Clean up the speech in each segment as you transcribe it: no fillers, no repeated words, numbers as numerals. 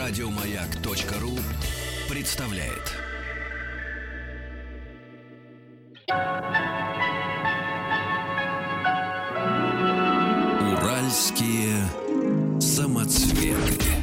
Радиомаяк.ру представляет. Уральские самоцветы.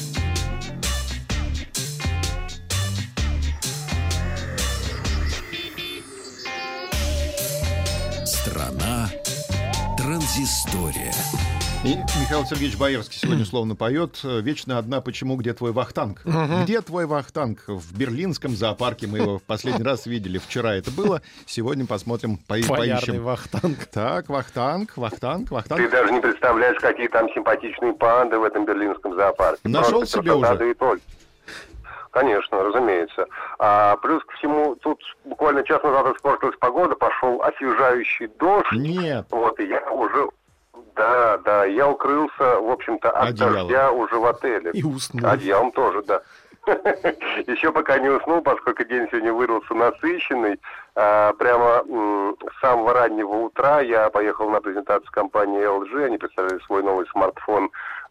Страна транзистория. И Михаил Сергеевич Боярский сегодня словно поет «Вечно одна, почему, где твой вахтанг?». Где твой вахтанг? В берлинском зоопарке мы его в последний раз видели. Вчера это было. Сегодня посмотрим, поищем. Вахтанг. Так, вахтанг. Ты даже не представляешь, какие там симпатичные панды в этом берлинском зоопарке. Нашел Просто себе уже? и только. Конечно, разумеется. Плюс ко всему, тут буквально час назад испортилась погода, пошел освежающий дождь. Нет. Вот, и я уже... Да, я укрылся, в общем-то, от одеялом. дождя уже в отеле. И уснул. Одеялом тоже, да. Еще пока не уснул, поскольку день сегодня выдался насыщенный. Прямо с самого раннего утра я поехал на презентацию компании LG. Они представили свой новый смартфон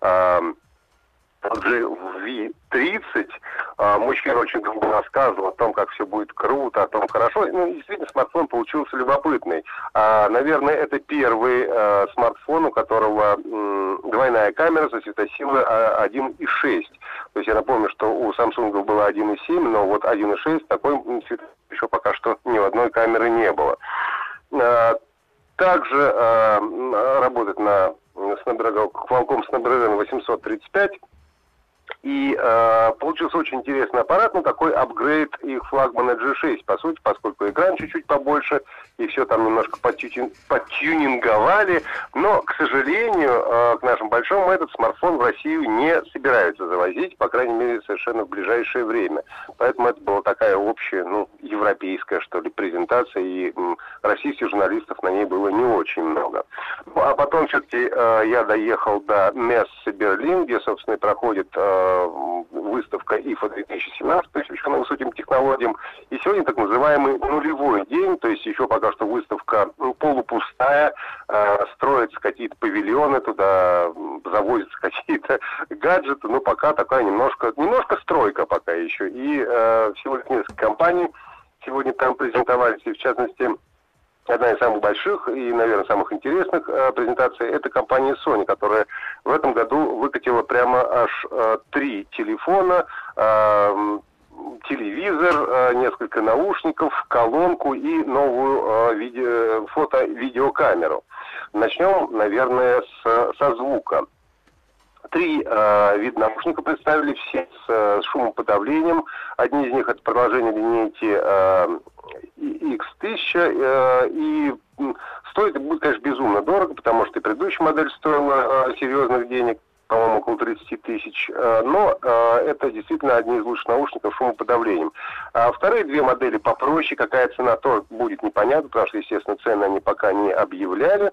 LG V30. Мужчина очень долго рассказывал о том, как все будет круто, о том хорошо. Ну, действительно, смартфон получился любопытный. Наверное, это первый смартфон, у которого двойная камера со светосилой 1.6. То есть я напомню, что у Samsung было 1.7, но вот 1.6 такой еще пока что ни в одной камеры не было. Также работает на Qualcomm Snapdragon 835. И получился очень интересный аппарат, но такой апгрейд их флагмана G6, по сути, поскольку экран чуть-чуть побольше, и все там немножко подтюнинговали. Но, к сожалению, к нашему большому, этот смартфон в Россию не собираются завозить, по крайней мере, совершенно в ближайшее время. Поэтому это была такая общая, европейская, что ли, презентация, и российских журналистов на ней было не очень много. А потом все-таки я доехал до Мессы Берлин, где, собственно, и проходит выставка IFA 2017, посвященная высоким технологиям. И сегодня так называемый нулевой день, то есть еще пока что выставка полупустая, строятся какие-то павильоны, туда завозятся какие-то гаджеты, но пока такая немножко стройка пока еще. И всего лишь несколько компаний сегодня там презентовались, и в частности... Одна из самых больших и, наверное, самых интересных презентаций – это компания Sony, которая в этом году выкатила прямо аж 3 телефона, телевизор, несколько наушников, колонку и новую фото-видеокамеру. Начнем, наверное, со звука. 3 вида наушников представили, все с шумоподавлением. Одни из них – это продолжение линейки X1000, и стоит будет, конечно, безумно дорого, потому что и предыдущая модель стоила серьезных денег, по-моему, около 30 тысяч, но это действительно одни из лучших наушников с шумоподавлением. Вторые 2 модели попроще, какая цена, тоже будет непонятно, потому что, естественно, цены они пока не объявляли,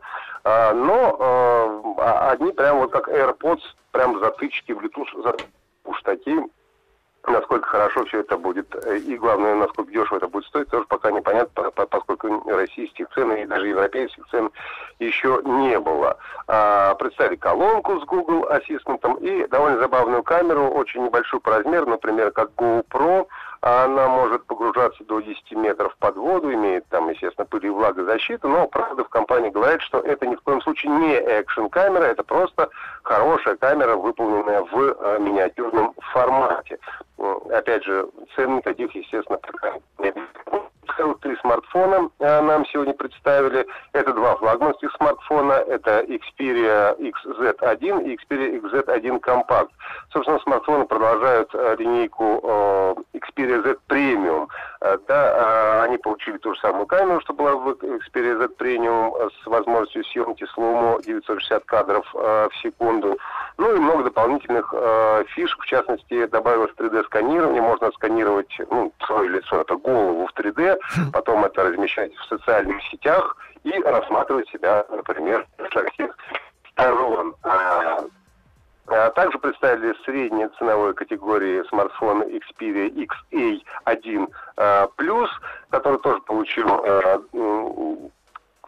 но одни прям вот как AirPods, прям затычки в Bluetooth, уж такие. Насколько хорошо все это будет, и главное, насколько дешево это будет стоить, тоже пока непонятно, поскольку российских цен и даже европейских цен еще не было. Представили колонку с Google Assistant и довольно забавную камеру, очень небольшую по размеру, например, как GoPro. Она может погружаться до 10 метров под воду, имеет там, естественно, пыль и влагозащиту, но, правда, в компании говорят, что это ни в коем случае не экшн-камера, это просто хорошая камера, выполненная в миниатюрном формате. Опять же, цены таких, естественно, пока нет. 3 смартфона нам сегодня представили. Это 2 флагманских смартфона. Это Xperia XZ1 и Xperia XZ1 Compact. Собственно, смартфоны продолжают линейку Xperia Z Premium. Они получили ту же самую камеру, что была в Xperia Z Premium, с возможностью съемки slow-mo 960 кадров в секунду. Ну и много дополнительных фишек. В частности, добавилось 3D-сканирование. Можно сканировать свое лицо, это голову в 3D, потом это размещать в социальных сетях и рассматривать себя, например, со всех сторон. Также представили средней ценовой категории смартфон Xperia XA1+, который тоже получил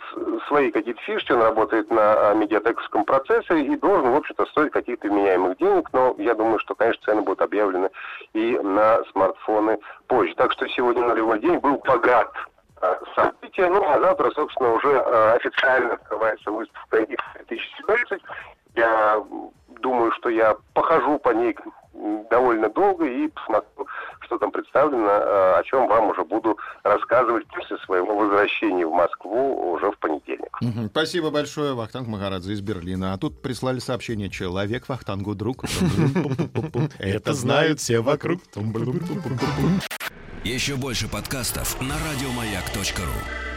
свои какие-то фишки, он работает на медиатековском процессоре и должен, в общем-то, стоить каких-то вменяемых денег, но я думаю, что, конечно, цены будут объявлены и на смартфоны позже. Так что сегодня нулевой день был богат события, ну а завтра, собственно, уже официально открывается выставка X 2017. Я думаю, что я похожу по ней довольно долго и посмотрю, что там представлено, о чем вам уже буду рассказывать после своего возвращения в Москву уже в понедельник. Спасибо большое, Вахтанг Махарадзе из Берлина. А тут прислали сообщение: человек Вахтангу друг. Это знают все вокруг. Еще больше подкастов на радиомаяк.ру.